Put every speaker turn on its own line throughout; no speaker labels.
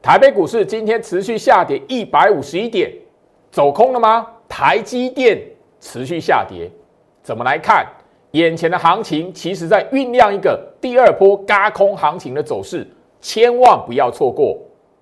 台北股市今天持续下跌151点，走空了吗？台积电持续下跌，怎么来看？眼前的行情其实在酝酿一个第二波軋空行情的走势，千万不要错过。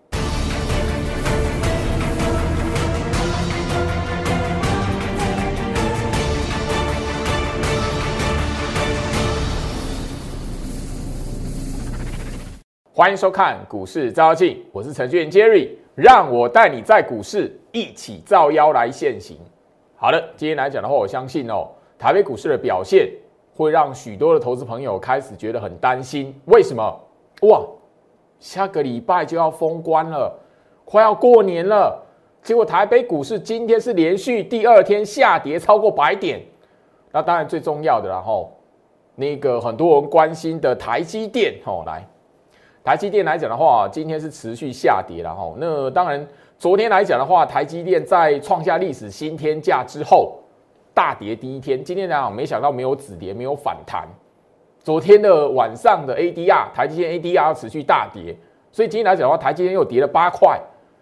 欢迎收看股市照妖镜，我是程序员 Jerry， 让我带你在股市一起照妖来现行。好的，今天来讲的话，我相信台北股市的表现会让许多的投资朋友开始觉得很担心。为什么？哇，下个礼拜就要封关了，快要过年了，结果台北股市今天是连续第二天下跌超过100点。那当然最重要的啦那个很多人关心的台积电来。台积电来讲的话，今天是持续下跌了那当然，昨天来讲的话，台积电在创下历史新天价之后，大跌第一天。今天来讲，没想到没有止跌，没有反弹。昨天的晚上的 ADR， 台积电 ADR 持续大跌，所以今天来讲的话，台积电又跌了8块。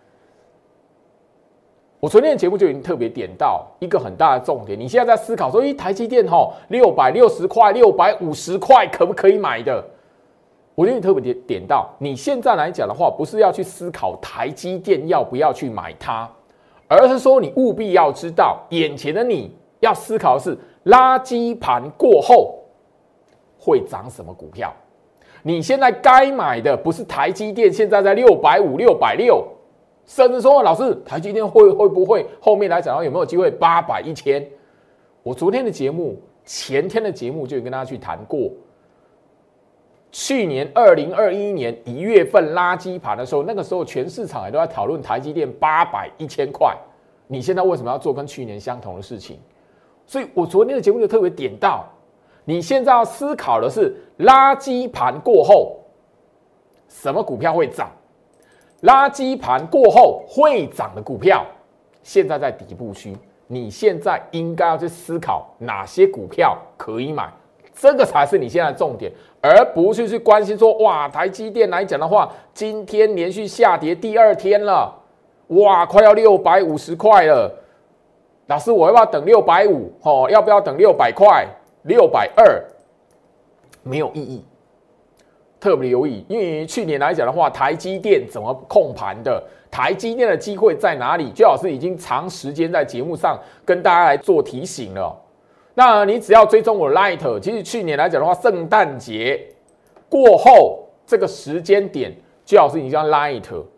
我昨天的节目就已经特别点到一个很大的重点，你现在在思考说，台积电660块、650块可不可以买的？我觉得你特别点到，你现在来讲的话，不是要去思考台积电要不要去买它，而是说你务必要知道，眼前的你要思考的是垃圾盘过后会涨什么股票。你现在该买的不是台积电，现在在650、660，甚至说老师，台积电会不会后面来讲有没有机会800、1000？我昨天的节目、前天的节目就跟大家去谈过。去年2021年1月份垃圾盘的时候，那个时候全市场也都在讨论台积电800、1000块。你现在为什么要做跟去年相同的事情？所以我昨天的节目就特别点到，你现在要思考的是垃圾盘过后什么股票会涨，垃圾盘过后会涨的股票现在在底部区，你现在应该要去思考哪些股票可以买。这个才是你现在的重点，而不是去关心说，哇，台积电来讲的话，今天连续下跌第二天了，哇，快要650块了。老师，我要不要等650？要不要等600块？620没有意义。特别留意，因为去年来讲的话，台积电怎么控盘的？台积电的机会在哪里？最老师已经长时间在节目上跟大家来做提醒了。那你只要追踪我的 Light， 其实去年来讲的话，圣诞节过后这个时间点，最好是你像 Light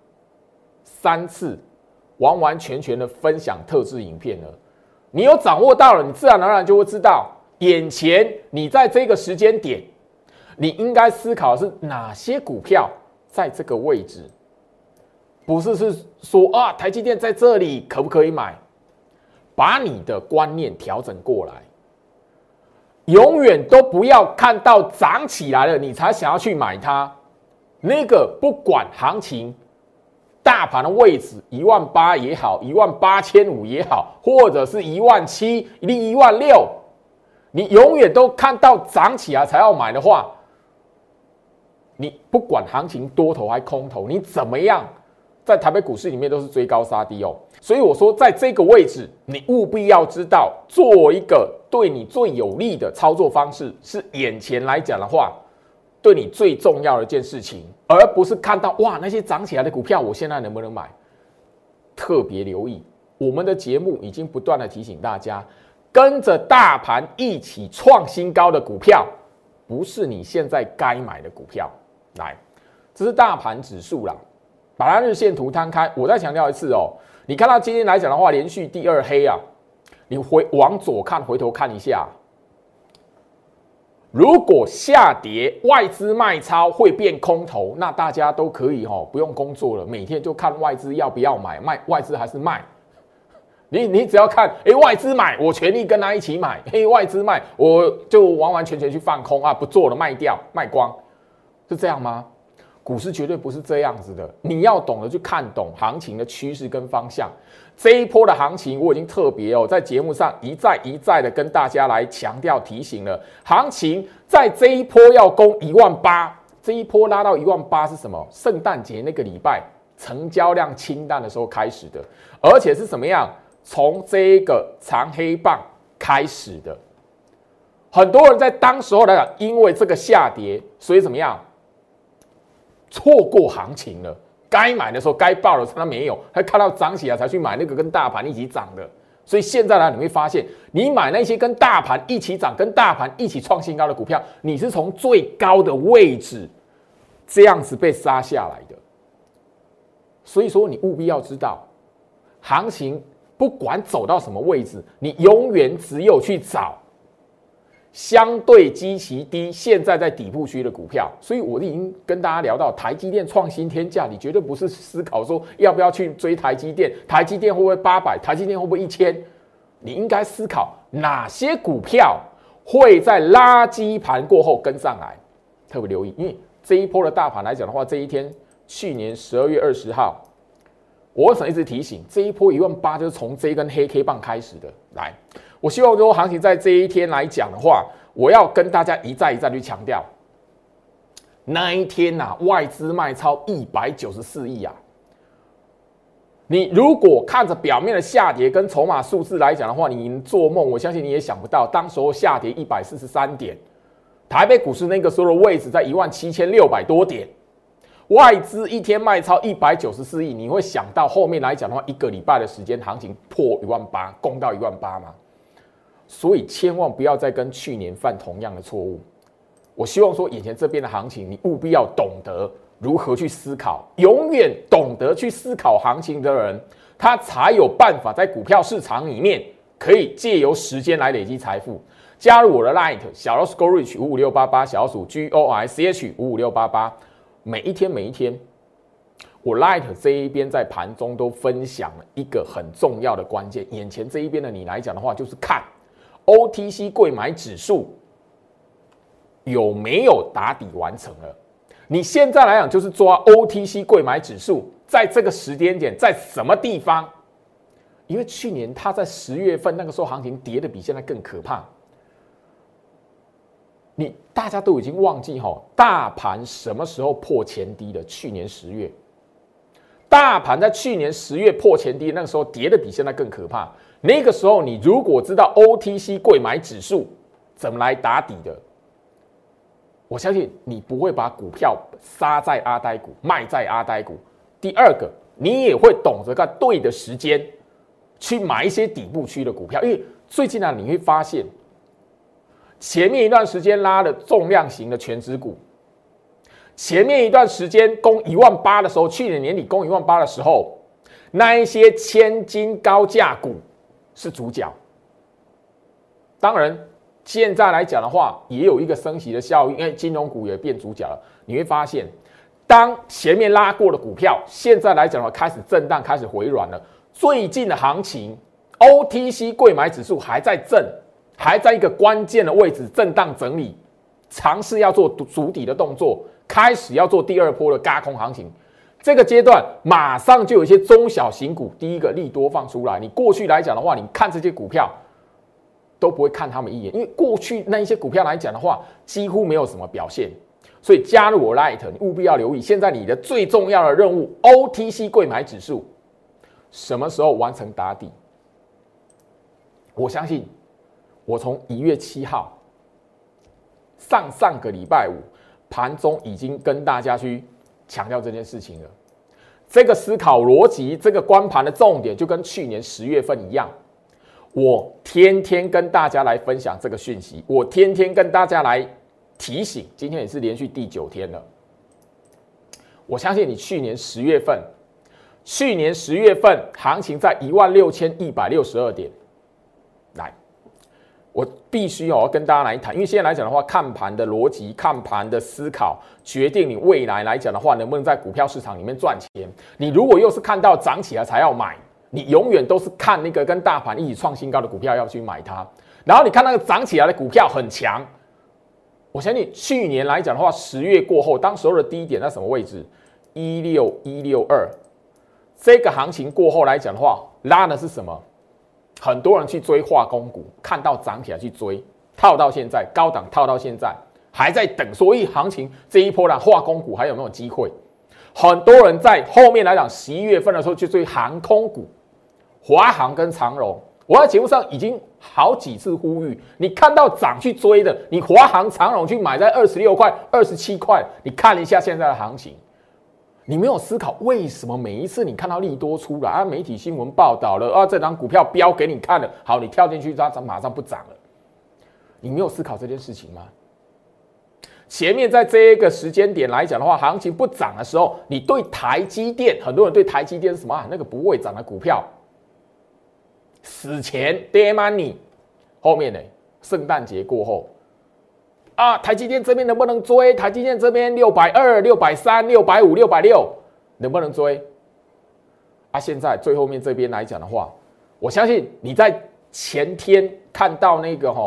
3次完完全全的分享特制影片了。你有掌握到了，你自然而然就会知道，眼前你在这个时间点，你应该思考的是哪些股票在这个位置，不是说台积电在这里可不可以买？把你的观念调整过来。永远都不要看到涨起来了，你才想要去买它。那个不管行情，大盘的位置18000也好，18500也好，或者是17000、16000，你永远都看到涨起来才要买的话，你不管行情多头还空头，你怎么样，在台北股市里面都是追高杀低所以我说，在这个位置，你务必要知道，做一个对你最有利的操作方式，是眼前来讲的话，对你最重要的一件事情，而不是看到哇那些涨起来的股票，我现在能不能买？特别留意，我们的节目已经不断的提醒大家，跟着大盘一起创新高的股票，不是你现在该买的股票。来，这是大盘指数啦，把它日线图摊开，我再强调一次你看到今天来讲的话，连续第二黑啊，你往左看，回头看一下，如果下跌，外资卖超会变空头，那大家都可以不用工作了，每天就看外资要不要买，外资还是卖。你只要看，外资买，我全力跟他一起买；外资卖，我就完完全全去放空不做了，卖掉卖光，是这样吗？股市绝对不是这样子的，你要懂得去看懂行情的趋势跟方向。这一波的行情，我已经特别在节目上一再的跟大家来强调提醒了。行情在这一波要攻18000，这一波拉到18000是什么？圣诞节那个礼拜成交量清淡的时候开始的，而且是怎么样？从这个长黑棒开始的。很多人在当时候来讲，因为这个下跌，所以怎么样？错过行情了。该买的时候，该报的时候他没有，他看到涨起来才去买那个跟大盘一起涨的。所以现在呢，你会发现，你买那些跟大盘一起涨、跟大盘一起创新高的股票，你是从最高的位置这样子被杀下来的。所以说，你务必要知道，行情不管走到什么位置，你永远只有去找相对基期低、现在在底部区的股票。所以我已经跟大家聊到，台积电创新天价，你绝对不是思考说要不要去追台积电，台积电会不会800，台积电会不会1000，你应该思考哪些股票会在垃圾盘过后跟上来，特别留意，因为这一波的大盘来讲的话，这一天去年12月20号，我一直提醒，这一波18000就是从这一根黑 K 棒开始的。来，我希望说行情在这一天来讲的话，我要跟大家一再去强调，那一天啊，外资卖超194亿啊。你如果看着表面的下跌跟筹码数字来讲的话，你做梦，我相信你也想不到，当时候下跌143点，台北股市那个时候的位置在17600多点，外资一天卖超194亿，你会想到后面来讲的话，一个礼拜的时间，行情破18000，攻到18000吗？所以千万不要再跟去年犯同样的错误。我希望说，眼前这边的行情，你务必要懂得如何去思考。永远懂得去思考行情的人，他才有办法在股票市场里面可以借由时间来累积财富。加入我的 Light 小老鼠 GoRich 55688，小老鼠 GORICH 55688。每一天，我 Light 这一边在盘中都分享了一个很重要的关键。眼前这一边的你来讲的话，就是看 OTC 柜买指数有没有打底完成了。你现在来讲就是抓 OTC 柜买指数在这个时间点在什么地方？因为去年它在10月份那个时候行情跌的比现在更可怕。大家都已经忘记大盘什么时候破前低的？去年10月，大盘在去年10月破前低，那个时候跌的比现在更可怕。那个时候，你如果知道 OTC 柜买指数怎么来打底的，我相信你不会把股票杀在阿呆股，卖在阿呆股。第二个，你也会懂得在对的时间去买一些底部区的股票，因为最近你会发现。前面一段时间拉的重量型的全指股，前面一段时间攻18000的时候，去年年底攻18000的时候，那一些千金高价股是主角。当然，现在来讲的话，也有一个升息的效应，因为金融股也变主角了。你会发现，当前面拉过的股票，现在来讲的话，开始震荡，开始回软了。最近的行情 ，OTC 柜买指数还在震。还在一个关键的位置震荡整理，尝试要做筑底的动作，开始要做第二波的軋空行情。这个阶段马上就有一些中小型股，第一个利多放出来。你过去来讲的话，你看这些股票都不会看他们一眼，因为过去那一些股票来讲的话，几乎没有什么表现。所以加入我 Light， 你务必要留意，现在你的最重要的任务 ，OTC 柜买指数什么时候完成打底？我相信。我从1月7号上个礼拜五盘中已经跟大家去强调这件事情了。这个思考逻辑，这个观盘的重点就跟去年10月份一样。我天天跟大家来分享这个讯息，我天天跟大家来提醒。今天也是连续第9天了。我相信你去年10月份行情在16162点，来。我必须要跟大家来谈，因为现在来讲的话，看盘的逻辑、看盘的思考，决定你未来来讲的话，能不能在股票市场里面赚钱。你如果又是看到涨起来才要买，你永远都是看那个跟大盘一起创新高的股票要去买它。然后你看那个涨起来的股票很强，我相信去年来讲的话，10月过后，当时候的低点在什么位置？16162，这个行情过后来讲的话，拉的是什么？很多人去追化工股，看到涨起来去追，套到现在，高档套到现在，还在等。所以行情这一波的化工股还有没有机会？ 很多人在后面来讲，11月份的时候去追航空股，华航跟长荣。我在节目上已经好几次呼吁，你看到涨去追的，你华航、长荣去买在26块、27块，你看一下现在的行情，你没有思考为什么每一次你看到利多出来啊，媒体新闻报道了啊，这档股票标给你看了，好，你跳进去它马上不涨了，你没有思考这件事情吗？前面在这一个时间点来讲的话，行情不涨的时候，你对台积电，很多人对台积电是什么啊？那个不会涨的股票。死钱 day money， 后面呢？圣诞节过后啊，台积电这边能不能追？台积电这边620、630、650、660，能不能追？啊，现在最后面这边来讲的话，我相信你在前天看到那个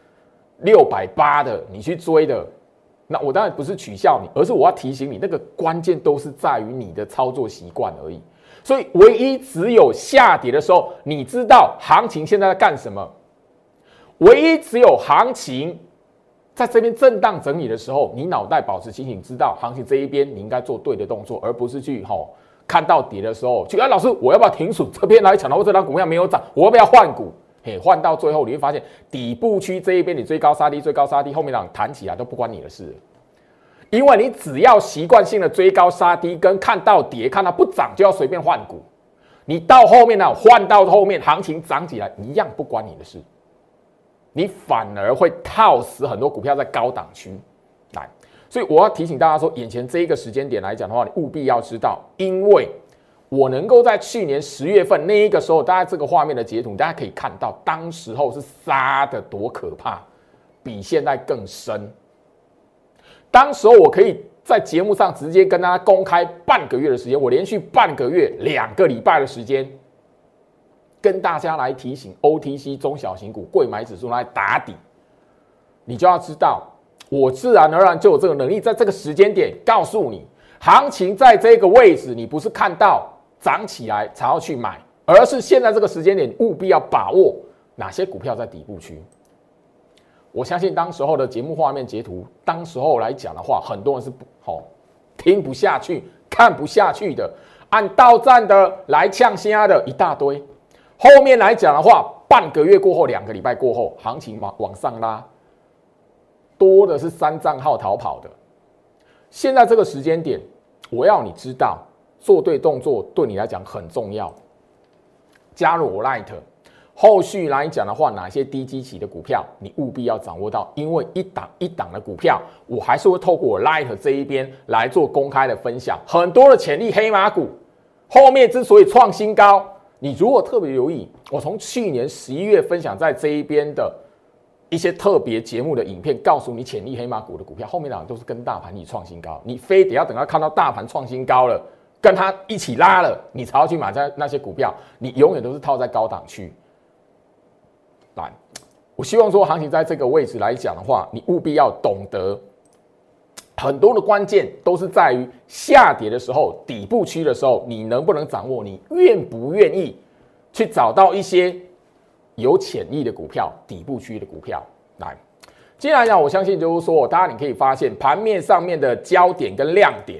680的，你去追的，那我当然不是取笑你，而是我要提醒你，那个关键都是在于你的操作习惯而已。所以，唯一只有下跌的时候，你知道行情现在在干什么；唯一只有行情在这边震荡整理的时候，你脑袋保持清醒，知道行情这一边你应该做对的动作，而不是去看到跌的时候去老师我要不要停损？这边来抢到这张股票没有涨，我要不要换股？换到最后你会发现底部区这一边你追高杀低，追高杀低，后面弹起来都不关你的事了。因为你只要习惯性的追高杀低，跟看到跌看到不涨就要随便换股，你到后面换到后面行情涨起来一样不关你的事，你反而会套死很多股票在高档区来。所以我要提醒大家说，眼前这一个时间点来讲的话，你务必要知道，因为我能够在去年10月份那一个时候，大家这个画面的截图，大家可以看到，当时候是杀的多可怕，比现在更深。当时候我可以在节目上直接跟大家公开半个月的时间，我连续半个月2个礼拜的时间，跟大家来提醒 OTC 中小型股贵买指数来打底，你就要知道，我自然而然就有这个能力，在这个时间点告诉你，行情在这个位置，你不是看到涨起来才要去买，而是现在这个时间点，你务必要把握哪些股票在底部区。我相信当时候的节目画面截图，当时候来讲的话，很多人是听不下去、看不下去的，按到站的来呛虾的一大堆。后面来讲的话，半个月过后、2个礼拜过后，行情往上拉，多的是3账号逃跑的。现在这个时间点，我要你知道，做对动作对你来讲很重要。加入我 Light。后续来讲的话，哪些低基期的股票你务必要掌握到，因为一档一档的股票，我还是会透过我 Light 这一边来做公开的分享。很多的潜力黑马股，后面之所以创新高，你如果特别留意，我从去年11月分享在这一边的一些特别节目的影片，告诉你潜力黑马股的股票，后面两都是跟大盘一起创新高，你非得要等到看到大盘创新高了，跟它一起拉了，你才要去买那些股票，你永远都是套在高档区。来，我希望说行情在这个位置来讲的话，你务必要懂得很多的关键都是在于下跌的时候、底部区的时候，你能不能掌握？你愿不愿意去找到一些有潜力的股票、底部区的股票？来，接下来讲，我相信就是说，大家你可以发现盘面上面的焦点跟亮点，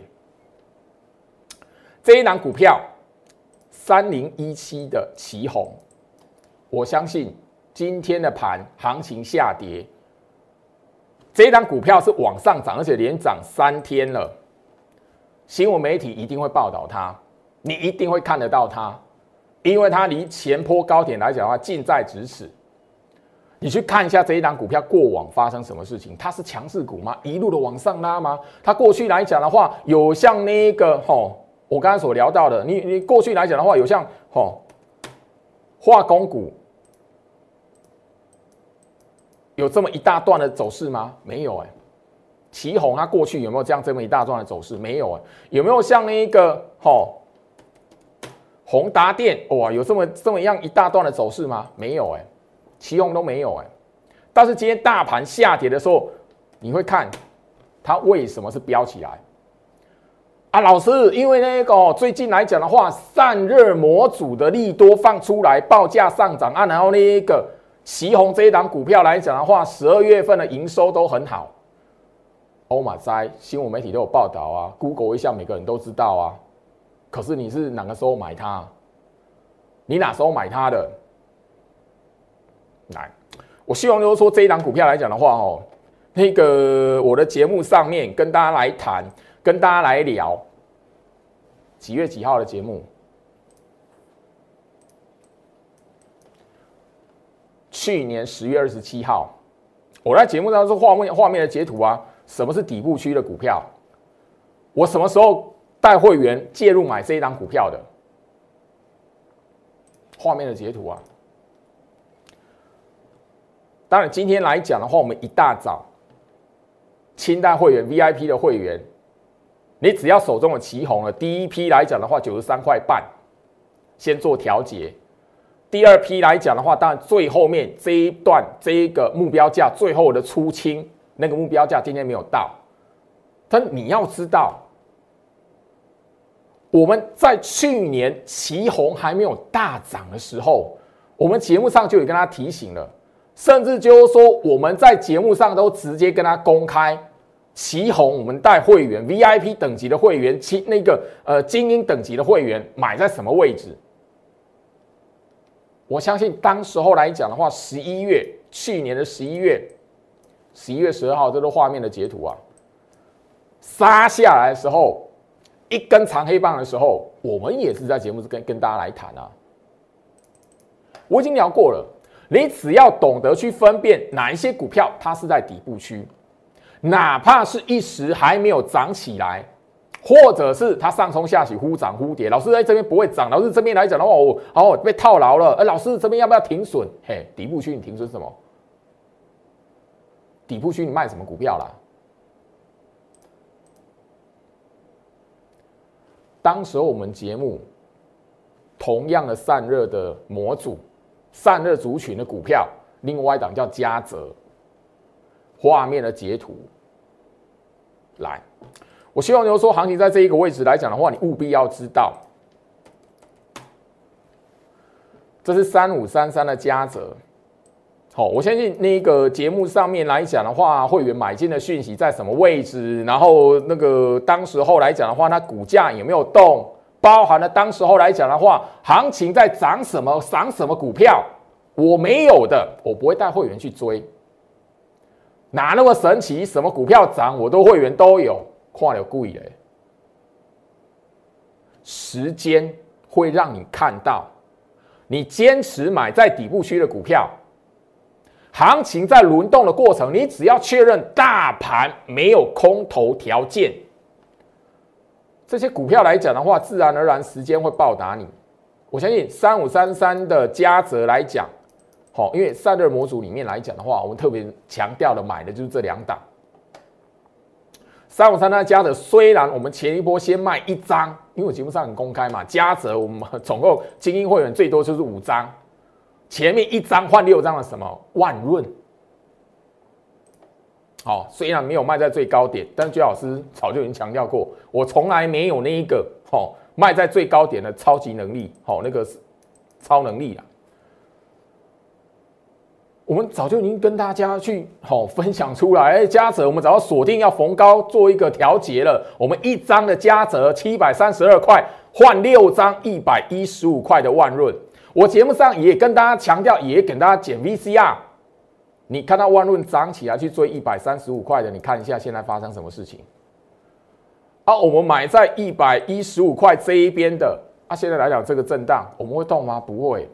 这一档股票3017的奇鋐，我相信。今天的盘行情下跌，这一档股票是往上涨，而且连涨3天了。新闻媒体一定会报道它，你一定会看得到它，因为它离前波高点来讲的话近在咫尺。你去看一下这一档股票过往发生什么事情？它是强势股吗？一路的往上拉吗？它过去来讲的话，有像那个我刚才所聊到的，你过去来讲的话，有像化工股。有这么一大段的走势吗？没有奇鋐它过去有没有这么一大段的走势？没有有没有像那个宏达电哇有这么样一大段的走势吗？没有奇鋐都没有但是今天大盘下跌的时候，你会看它为什么是飙起来啊？老师，因为那个最近来讲的话，散热模组的利多放出来，报价上涨然后那个。奇鋐这一档股票来讲的话，12月份的营收都很好欧马哉，新闻媒体都有报道啊 ，Google 一下每个人都知道啊。可是你是哪个时候买它？你哪时候买它的？来，我希望就是说这一档股票来讲的话，那个我的节目上面跟大家来谈，跟大家来聊，几月几号的节目？去年10月27号，我在节目上是画面的截图啊。什么是底部区的股票？我什么时候带会员介入买这一档股票的？画面的截图啊。当然，今天来讲的话，我们一大早，清代会员 VIP 的会员，你只要手中的旗红了，第一批来讲的话93块半，先做调节。第二批来讲的话，当然最后面这一段这一个目标价，最后的出清那个目标价今天没有到，但你要知道，我们在去年旗红还没有大涨的时候，我们节目上就有跟他提醒了，甚至就是说我们在节目上都直接跟他公开，旗红我们带会员 VIP 等级的会员，那个精英等级的会员买在什么位置？我相信当时候来讲的话，11月去年的11月12号，这都画面的截图啊，杀下来的时候，一根长黑棒的时候，我们也是在节目跟大家来谈啊。我已经聊过了，你只要懂得去分辨哪一些股票它是在底部区，哪怕是一时还没有涨起来，或者是它上冲下洗，忽涨忽跌，老师在这边不会涨，老师这边来讲的话，我被套牢了，老师这边要不要停损？嘿，底部区你停损什么？底部区你卖什么股票啦？当时候我们节目同样的散热的模组、散热族群的股票，另外一档叫嘉泽，画面的截图来。我希望就是说，行情在这一个位置来讲的话，你务必要知道，这是3533的嘉泽。好，我相信那个节目上面来讲的话，会员买进的讯息在什么位置，然后那个当时候来讲的话，它股价有没有动，包含了当时候来讲的话，行情在涨什么股票，我没有的，我不会带会员去追。哪那么神奇？什么股票涨，我都会员都有。看了故意嘞，时间会让你看到，你坚持买在底部区的股票，行情在轮动的过程，你只要确认大盘没有空头条件，这些股票来讲的话，自然而然时间会报答你。我相信3533的嘉泽来讲，因为散热模组里面来讲的话，我们特别强调的买的就是这两档。3533的嘉泽，虽然我们前一波先卖1张，因为我节目上很公开嘛，嘉泽我们总共精英会员最多就是5张，前面1张换6张的什么万润，虽然没有卖在最高点，但是居老师早就已经强调过，我从来没有那一个卖在最高点的超级能力，那个超能力啦。我们早就已经跟大家去分享出来，嘉泽我们早要锁定要逢高做一个调节了。我们1张的嘉泽732块换6张115块的万润。我节目上也跟大家强调，也给大家减 VCR。你看到万润涨起来去追135块的，你看一下现在发生什么事情？我们买在115块这一边的，现在来讲这个震荡，我们会动吗？不会。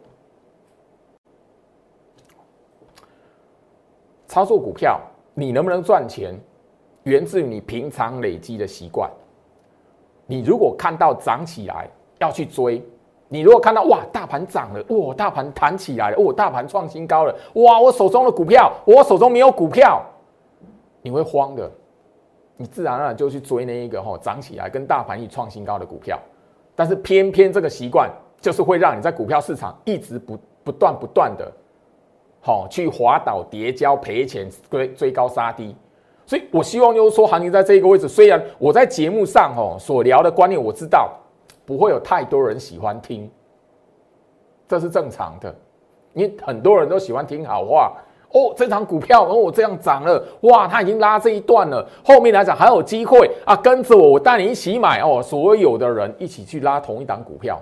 操作股票，你能不能赚钱，源自于你平常累积的习惯。你如果看到涨起来要去追，你如果看到大盘涨了，大盘弹起来了，大盘创新高了，我手中的股票，我手中没有股票，你会慌的，你自然而然就去追那一个涨起来跟大盘一起创新高的股票。但是偏偏这个习惯就是会让你在股票市场一直不断的。去滑倒跌跤赔钱追高杀低，所以我希望就是说，行情在这一个位置，虽然我在节目上所聊的观念，我知道不会有太多人喜欢听，这是正常的，因为很多人都喜欢听好话， 哦，这张股票哦这样涨了，哇，它已经拉这一段了，后面来讲还有机会啊，跟着我，我带你一起买哦，所有的人一起去拉同一档股票。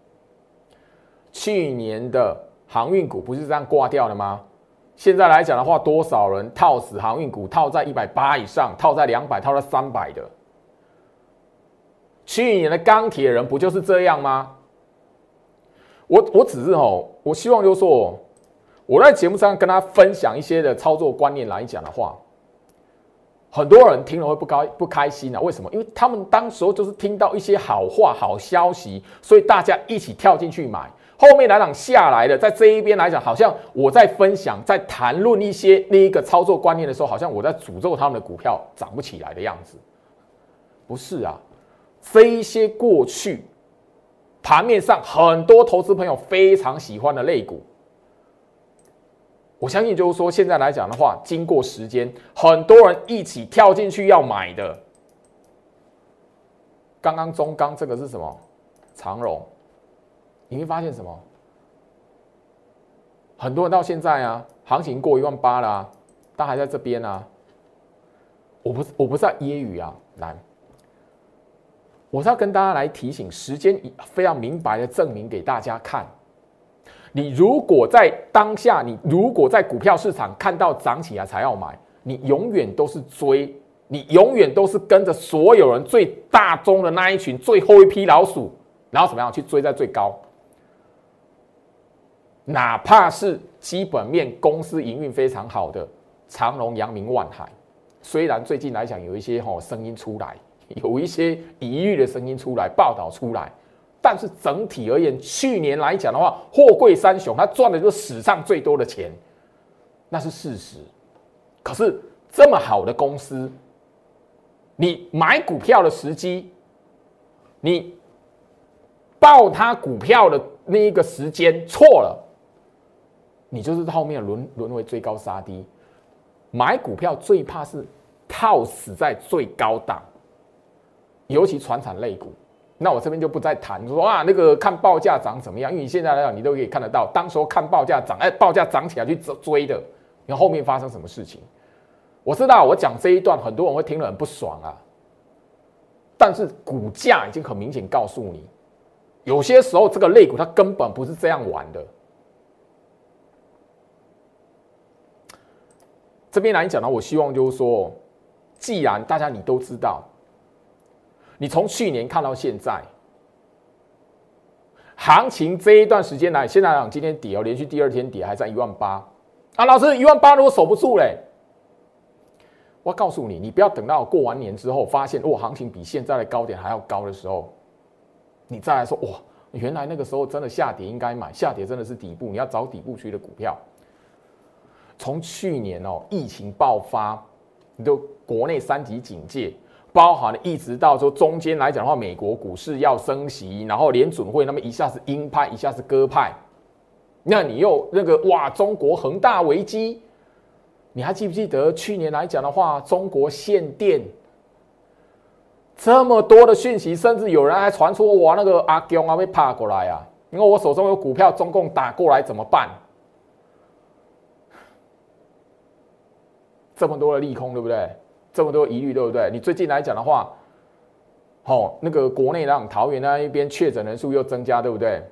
去年的航运股不是这样挂掉了吗？现在来讲的话，多少人套死航运股，套在180以上，套在200，套在300的。去年的钢铁人不就是这样吗？我只是我希望就是说，我在节目上跟他分享一些的操作观念来讲的话，很多人听了会不开心啊？为什么？因为他们当时候就是听到一些好话、好消息，所以大家一起跳进去买。后面来讲下来的，在这一边来讲，好像我在分享、在谈论一些那一个操作观念的时候，好像我在诅咒他们的股票涨不起来的样子。不是啊，这一些过去盘面上很多投资朋友非常喜欢的类股，我相信就是说，现在来讲的话，经过时间，很多人一起跳进去要买的。刚刚中钢这个是什么？长荣。你会发现什么？很多人到现在啊，行情过18000啦、啊，但还在这边啊。我不是在揶揄啊，来，我是要跟大家来提醒，时间非常明白的证明给大家看。你如果在当下，你如果在股票市场看到涨起来才要买，你永远都是追，你永远都是跟着所有人最大宗的那一群最后一批老鼠，然后怎么样去追在最高。哪怕是基本面公司营运非常好的长荣、阳明、万海，虽然最近来讲有一些声音出来，有一些疑虑的声音出来，报道出来，但是整体而言，去年来讲的话，货柜三雄它赚的就是史上最多的钱，那是事实。可是这么好的公司，你买股票的时机，你报它股票的那一个时间错了。你就是后面沦为最高杀低，买股票最怕是套死在最高档，尤其传产类股。那我这边就不再谈说啊，那个看报价涨怎么样，因为你现在来讲你都可以看得到，当时候看报价涨，报价涨起来去追的，你看后面发生什么事情？我知道我讲这一段很多人会听了很不爽啊，但是股价已经很明显告诉你，有些时候这个类股它根本不是这样玩的。这边来讲呢，我希望就是说，既然大家你都知道，你从去年看到现在，行情这一段时间来，现在来讲今天跌连续第2天跌，还在18000啊。老师，18000如果守不住嘞，我告诉你，你不要等到过完年之后，发现行情比现在的高点还要高的时候，你再来说哇，原来那个时候真的下跌应该买，下跌真的是底部，你要找底部区的股票。从去年疫情爆发，你都国内3级警戒，包含了一直到说中间来讲的话，美国股市要升息，然后联准会那么一下子鹰派，一下子鸽派，那你又那个哇，中国恒大危机，你还记不记得去年来讲的话，中国限电，这么多的讯息，甚至有人还传出哇，那个阿公啊被爬过来啊，因为我手中有股票，中共打过来怎么办？这么多的利空，对不对？这么多疑虑，对不对？你最近来讲的话，那个国内让桃园那一边确诊人数又增加，对不对？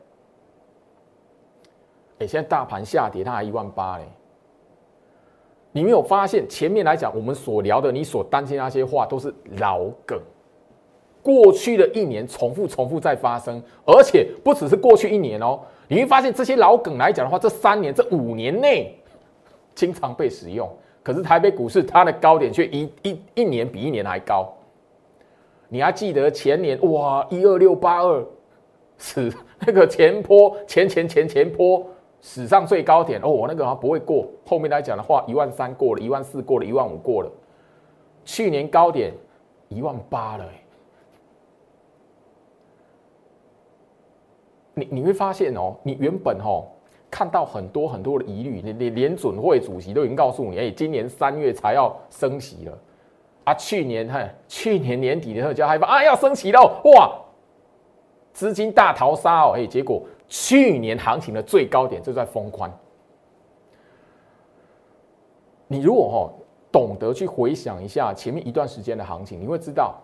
现在大盘下跌，它还18000嘞。你没有发现前面来讲，我们所聊的，你所担心那些话都是老梗，过去的1年重复在发生，而且不只是过去1年哦，你会发现这些老梗来讲的话，这3年、这5年内经常被使用。可是台北股市它的高点却一年比1年还高。你还记得前年哇12682是那个前波史上最高点我那个好像不会过。后面来讲的话，13000过了，14000过了，15000过了。去年高点18000了你会发现你原本看到很多的疑虑，联准会主席都已经告诉你，今年3月才要升息了啊！去年年底的时候就害怕要升息了，哇，资金大逃杀结果去年行情的最高点就在封关。 你如果懂得去回想一下前面一段时间的行情，你会知道，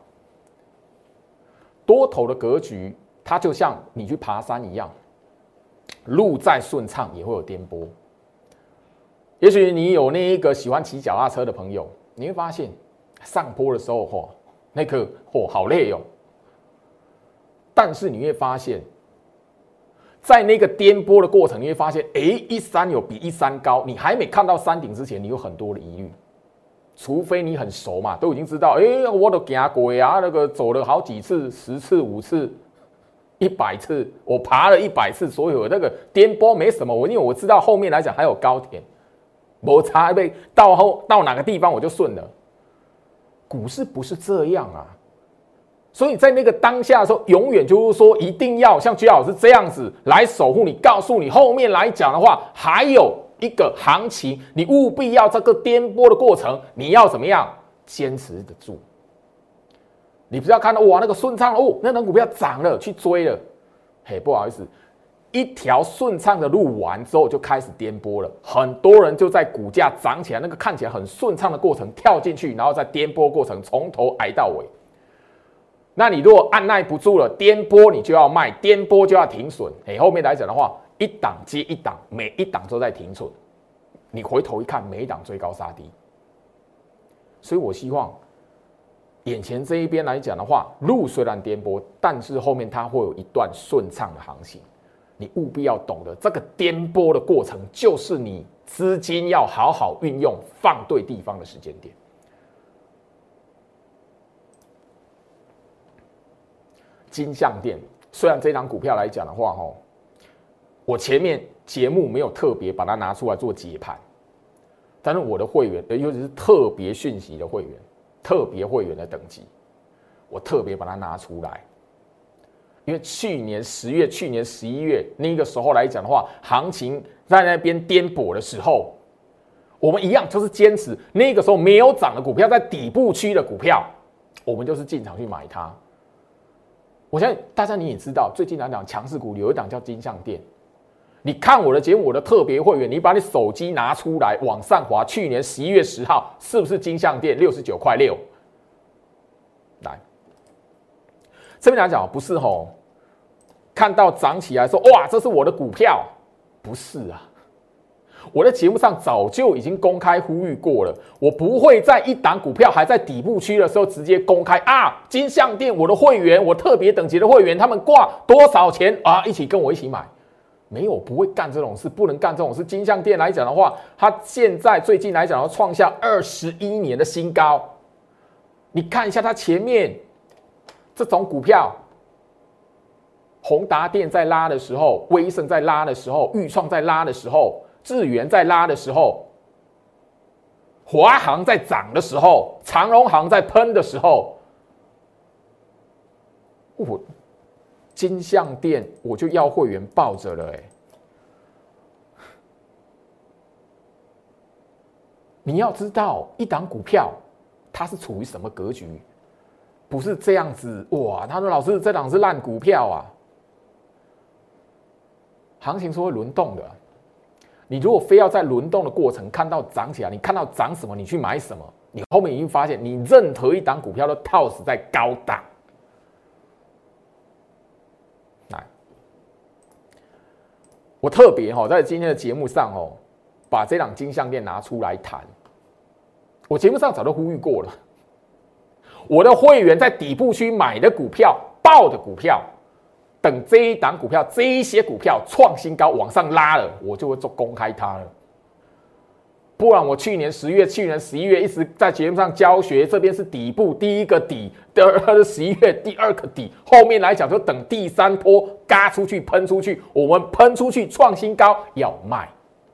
多头的格局，它就像你去爬山一样，路再顺畅也会有颠簸。也许你有那一个喜欢骑脚踏车的朋友，你会发现上坡的时候，那个好累哦。但是你会发现，在那个颠簸的过程，你会发现，一山有比一山高。你还没看到山顶之前，你有很多的疑虑。除非你很熟嘛，都已经知道，我都行过啊，那个走了好几次，10次、5次、100次，我爬了100次，所有那个颠簸没什么。因为我知道后面来讲还有高点，没差被到哪个地方我就顺了。股市不是这样啊。所以在那个当下的时候，永远就是说，一定要像居老师这样子来守护你，告诉你后面来讲的话，还有一个行情，你务必要这个颠簸的过程，你要怎么样坚持得住？你不要看到哇那个顺畅那股票涨了去追了，不好意思，一条顺畅的路完之后就开始颠簸了，很多人就在股价涨起来，那个看起来很顺畅的过程跳进去，然后在颠簸过程从头挨到尾。那你如果按耐不住了，颠簸你就要卖，颠簸就要停损。后面来讲的话，一档接一档，每一档都在停损。你回头一看，每一档追高杀低。所以我希望，眼前这一边来讲的话，路虽然颠簸，但是后面它会有一段顺畅的行情。你务必要懂得，这个颠簸的过程，就是你资金要好好运用、放对地方的时间点。金像电，虽然这档股票来讲的话，我前面节目没有特别把它拿出来做解盘，但是我的会员，尤其是特别讯息的会员、特别会员的等级，我特别把它拿出来，因为去年10月、去年11月那个时候来讲的话，行情在那边颠簸的时候，我们一样就是坚持那个时候没有涨的股票，在底部区的股票，我们就是进场去买它。我相信大家你也知道，最近来讲强势股有一档叫金像电。你看我的节目，我的特别会员，你把你手机拿出来往上滑，去年11月10号是不是金像电69.6块？来，这边来讲不是看到涨起来说哇，这是我的股票，不是啊。我在节目上早就已经公开呼吁过了，我不会在一档股票还在底部区的时候直接公开啊，金像电我的会员，我特别等级的会员，他们挂多少钱啊，一起跟我一起买，没有，不会干这种事，不能干这种事。金像电来讲的话，它现在最近来讲要创下21年的新高，你看一下它前面这种股票，宏达电在拉的时候，威盛在拉的时候，裕创在拉的时候，智原在拉的时候，华航在涨的时候，长荣航在喷的时候，金像电我就要会员抱着了你要知道一档股票它是处于什么格局，不是这样子哇！他说老师这档是烂股票啊，行情是会轮动的。你如果非要在轮动的过程看到涨起来，你看到涨什么你去买什么，你后面已经发现你任何一档股票都套死在高档。来，我特别在今天的节目上把这档金像电拿出来谈。我节目上早就呼吁过了，我的会员在底部区买的股票、爆的股票，等这一档股票、这一些股票创新高往上拉了，我就会做公开它了。不然我去年10月、去年11月一直在节目上教学，这边是底部第一个底，第11月第二个底，后面来讲就等第三波嘎出去、喷出去，我们喷出去创新高要卖。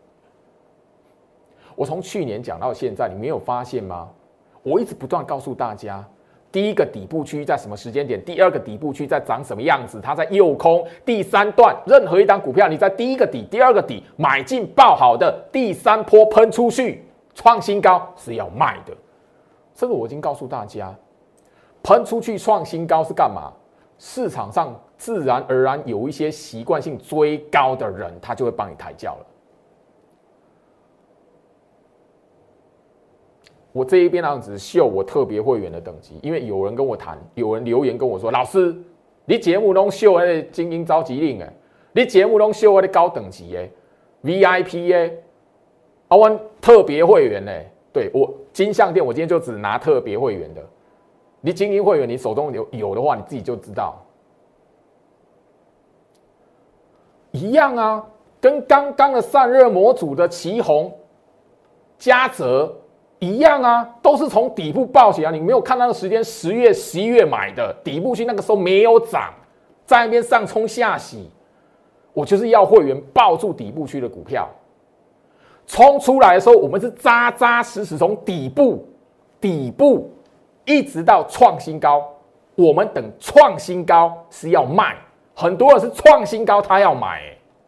我从去年讲到现在，你没有发现吗？我一直不断告诉大家。第一个底部区在什么时间点？第二个底部区在长什么样子？它在诱空。第三段，任何一档股票，你在第一个底、第二个底买进爆好的，第三波喷出去创新高是要卖的。这个我已经告诉大家，喷出去创新高是干嘛？市场上自然而然有一些习惯性追高的人，他就会帮你抬轿了。 我这一边呢只秀我特别会员的等级，因为有人跟我谈，有人留言跟我说，老师，你节目中秀那精英召集令你节目中秀那高等级VIP 我特别会员对我金像店，我今天就只拿特别会员的，你精英会员你手中有的话，你自己就知道，一样啊，跟刚刚的散热模组的奇鋐、嘉泽。一样啊，都是从底部爆起来。你没有看那个时间，10月、11月买的底部区，那个时候没有涨，在那边上冲下洗。我就是要会员抱住底部区的股票，冲出来的时候，我们是扎扎实实从底部一直到创新高。我们等创新高是要卖，很多人是创新高他要买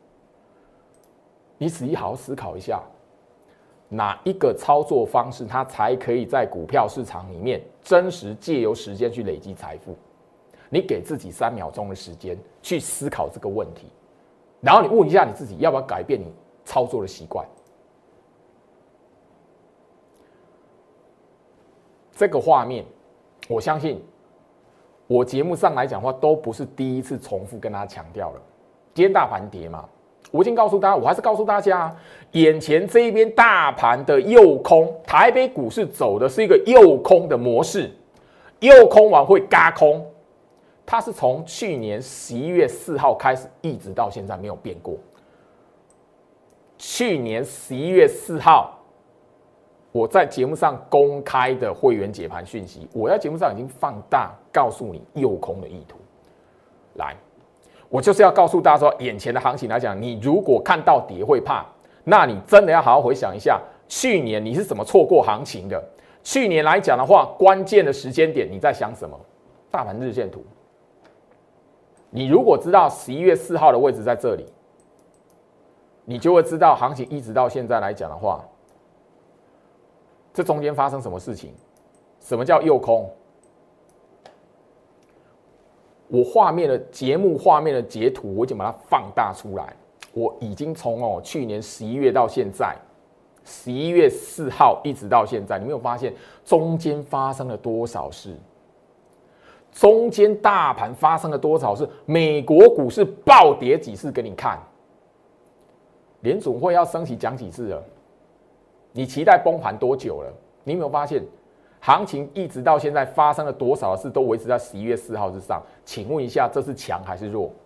你仔细好好思考一下。哪一个操作方式，它才可以在股票市场里面真实借由时间去累积财富？你给自己3秒钟的时间去思考这个问题，然后你问一下你自己，要不要改变你操作的习惯？这个画面，我相信我节目上来讲的话，都不是第一次重复跟大家强调了。今天大盘跌嘛。我已经告诉大家，我还是告诉大家，眼前这一边大盘的诱空，台北股市走的是一个诱空的模式，诱空完会軋空，它是从去年11月4号开始，一直到现在没有变过。去年11月4号，我在节目上公开的会员解盘讯息，我在节目上已经放大告诉你诱空的意图，来。我就是要告诉大家说，眼前的行情来讲，你如果看到跌会怕，那你真的要好好回想一下，去年你是怎么错过行情的？去年来讲的话，关键的时间点你在想什么？大盘日线图，你如果知道11月4号的位置在这里，你就会知道行情一直到现在来讲的话，这中间发生什么事情？什么叫诱空？我画面的节目画面的截图，我已经把它放大出来。我已经从去年11月到现在，11月4号一直到现在，你没有发现中间发生了多少事？中间大盘发生了多少事？美国股市暴跌几次给你看？联准会要升息讲几次了？你期待崩盘多久了？你有没有发现？行情一直到现在发生了多少的事都维持在11月4号之上？请问一下，这是强还是弱？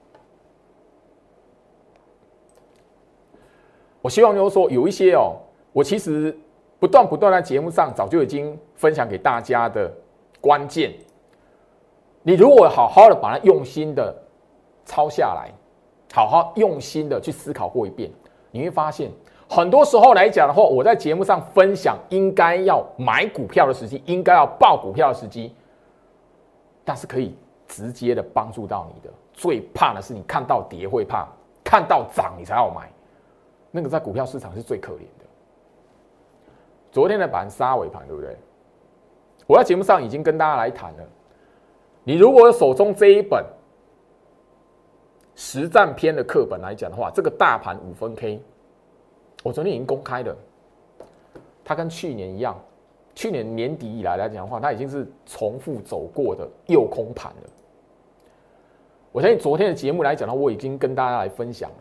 我希望就是说，有一些我其实不断在节目上早就已经分享给大家的关键，你如果好好的把它用心的抄下来，好好用心的去思考过一遍，你会发现。很多时候来讲的话，我在节目上分享应该要买股票的时机，应该要报股票的时机，但是可以直接的帮助到你的。最怕的是你看到跌会怕，看到涨你才要买，那个在股票市场是最可怜的。昨天的盘杀尾盘，对不对？我在节目上已经跟大家来谈了，你如果手中这一本实战篇的课本来讲的话，这个大盘5分 K。我昨天已经公开了，它跟去年一样，去年年底以来讲的话，它已经是重复走过的诱空盘了。我相信昨天的节目来讲的话，我已经跟大家来分享了。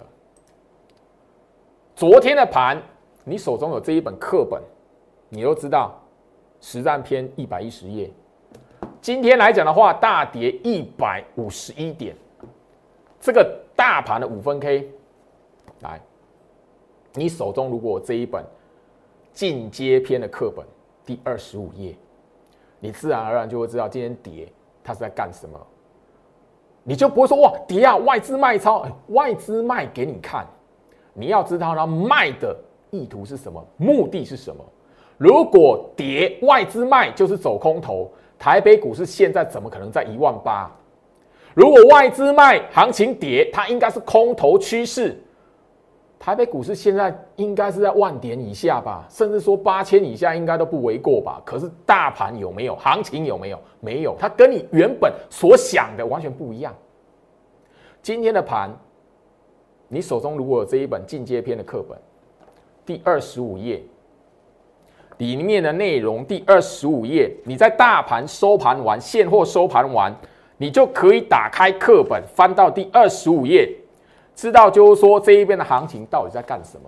昨天的盘，你手中有这一本课本，你都知道，实战篇110页。今天来讲的话，大跌151点，这个大盘的5分 K， 来。你手中如果有这一本进阶篇的课本第25页，你自然而然就会知道今天跌它是在干什么，你就不会说哇跌啊外资卖超，外资卖给你看，你要知道它卖的意图是什么，目的是什么。如果跌外资卖就是走空头，台北股市现在怎么可能在18000？如果外资卖行情跌，它应该是空头趋势。台北股市现在应该是在10000点以下吧，甚至说8000以下应该都不为过吧。可是大盘有没有？行情有没有？没有，它跟你原本所想的完全不一样。今天的盘，你手中如果有这一本进阶篇的课本，第25页， 里面的内容第25页，你在大盘收盘完、现货收盘完，你就可以打开课本，翻到第25页，知道就是说这一边的行情到底在干什么。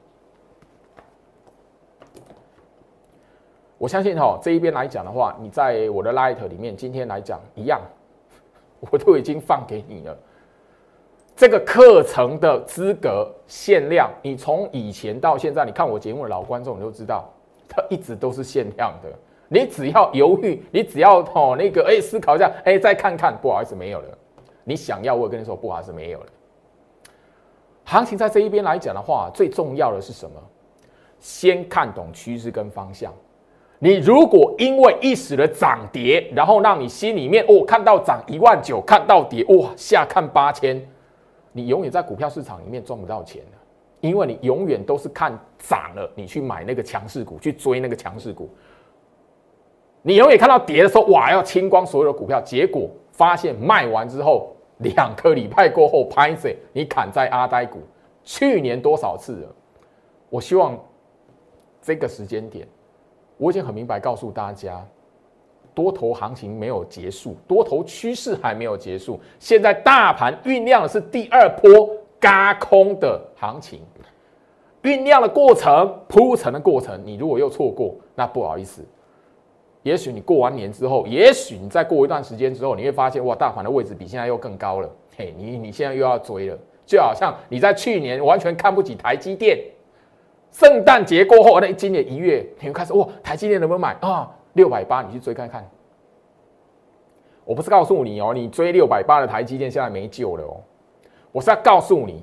我相信这一边来讲的话，你在我的 Light 里面，今天来讲一样，我都已经放给你了。这个课程的资格限量，你从以前到现在，你看我节目的老观众你就知道，它一直都是限量的。你只要犹豫，你只要思考一下，再看看，不好意思没有了。你想要，我跟你说，不好意思没有了。行情在这一边来讲的话，最重要的是什么？先看懂趋势跟方向。你如果因为一时的涨跌，然后让你心里面看到涨19000，看到跌下看8000，你永远在股票市场里面赚不到钱的，因为你永远都是看涨了，你去买那个强势股，去追那个强势股。你永远看到跌的时候，要清光所有的股票，结果发现卖完之后，2个礼拜过后，拍谁你砍在阿呆股，去年多少次了？我希望这个时间点。我已经很明白告诉大家，多头行情没有结束，多头趋势还没有结束。现在大盘酝酿的是第二波軋空的行情，酝酿的过程、铺陈的过程，你如果又错过，那不好意思。也许你过完年之后，也许你再过一段时间之后，你会发现大盘的位置比现在又更高了。你现在又要追了，就好像你在去年完全看不起台积电。圣诞节过后，今年1月，你会开始台积电能不能买啊？680，你去追看看。我不是告诉你你追680的台积电现在没救了我是要告诉你，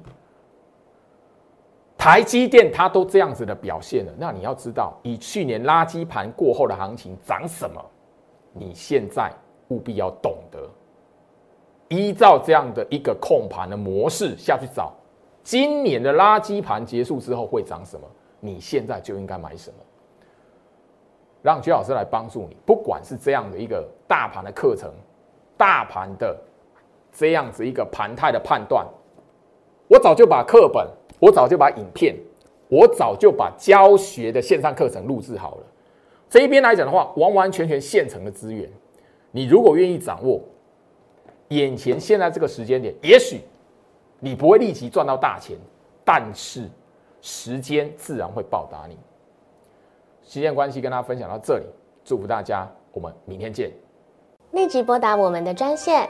台积电它都这样子的表现了，那你要知道，以去年垃圾盘过后的行情涨什么，你现在务必要懂得，依照这样的一个控盘的模式下去找。今年的垃圾盘结束之后会涨什么？你现在就应该买什么？让居老师来帮助你，不管是这样的一个大盘的课程，大盘的这样子一个盘态的判断，我早就把课本，我早就把影片，我早就把教学的线上课程录制好了。这一边来讲的话，完完全全现成的资源，你如果愿意掌握，眼前现在这个时间点，也许你不会立即赚到大钱，但是时间自然会报答你。时间关系，跟大家分享到这里，祝福大家，我们明天见。
立即拨打我们的专线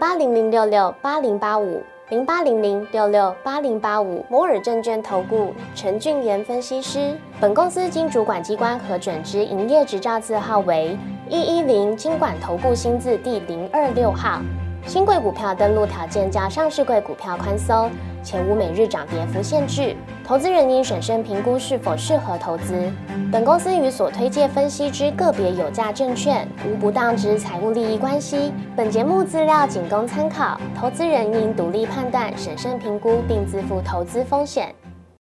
08006680850800668085摩尔证券投顾陈俊言分析师。本公司经主管机关核准之营业执照字号为110金管投顾新字第026号。新贵股票登录条件较上市贵股票宽松，且无每日涨跌幅限制。投资人应审慎评估是否适合投资。本公司与所推介分析之个别有价证券无不当之财务利益关系。本节目资料仅供参考，投资人应独立判断、审慎评估，并自负投资风险。